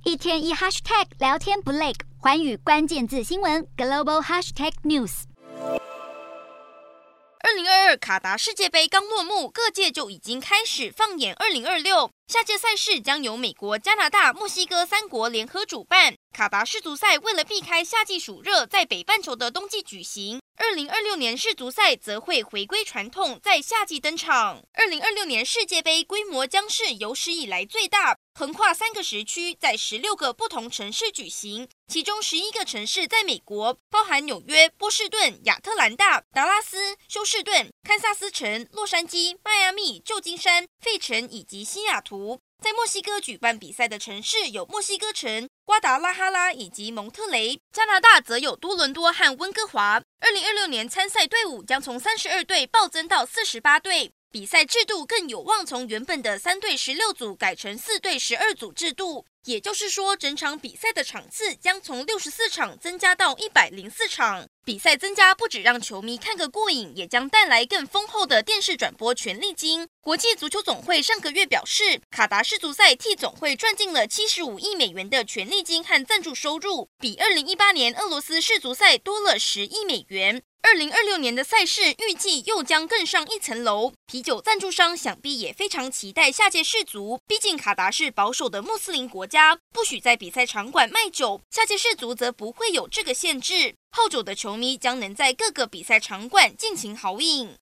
一天一 hashtag 聊天不累，寰宇关键字新闻 global hashtag news。 2022卡达世界杯刚落幕，各界就已经开始放眼2026。下届赛事将由美国、加拿大、墨西哥3国联合主办。卡达世足赛为了避开夏季暑热，在北半球的冬季举行。2026年世足赛则会回归传统，在夏季登场。2026年世界杯规模将是有史以来最大，横跨3个时区，在16个不同城市举行。其中11个城市在美国，包含纽约、波士顿、亚特兰大、达拉斯、休士顿、堪萨斯城、洛杉矶、迈阿密、旧金山、费城以及西雅图。在墨西哥举办比赛的城市有墨西哥城、瓜达拉哈拉以及蒙特雷，加拿大则有多伦多和温哥华。2026年参赛队伍将从32队暴增到48队。比赛制度更有望从原本的3队16组改成4队12组制度，也就是说，整场比赛的场次将从64场增加到104场。比赛增加不只让球迷看个过瘾，也将带来更丰厚的电视转播权利金。国际足球总会上个月表示，卡达世足赛替总会赚进了75亿美元的权利金和赞助收入，比2018年俄罗斯世足赛多了10亿美元。2026年的赛事预计又将更上一层楼，啤酒赞助商想必也非常期待下届世足，毕竟卡达是保守的穆斯林国家，不许在比赛场馆卖酒，下届世足则不会有这个限制，好酒的球迷将能在各个比赛场馆尽情豪饮。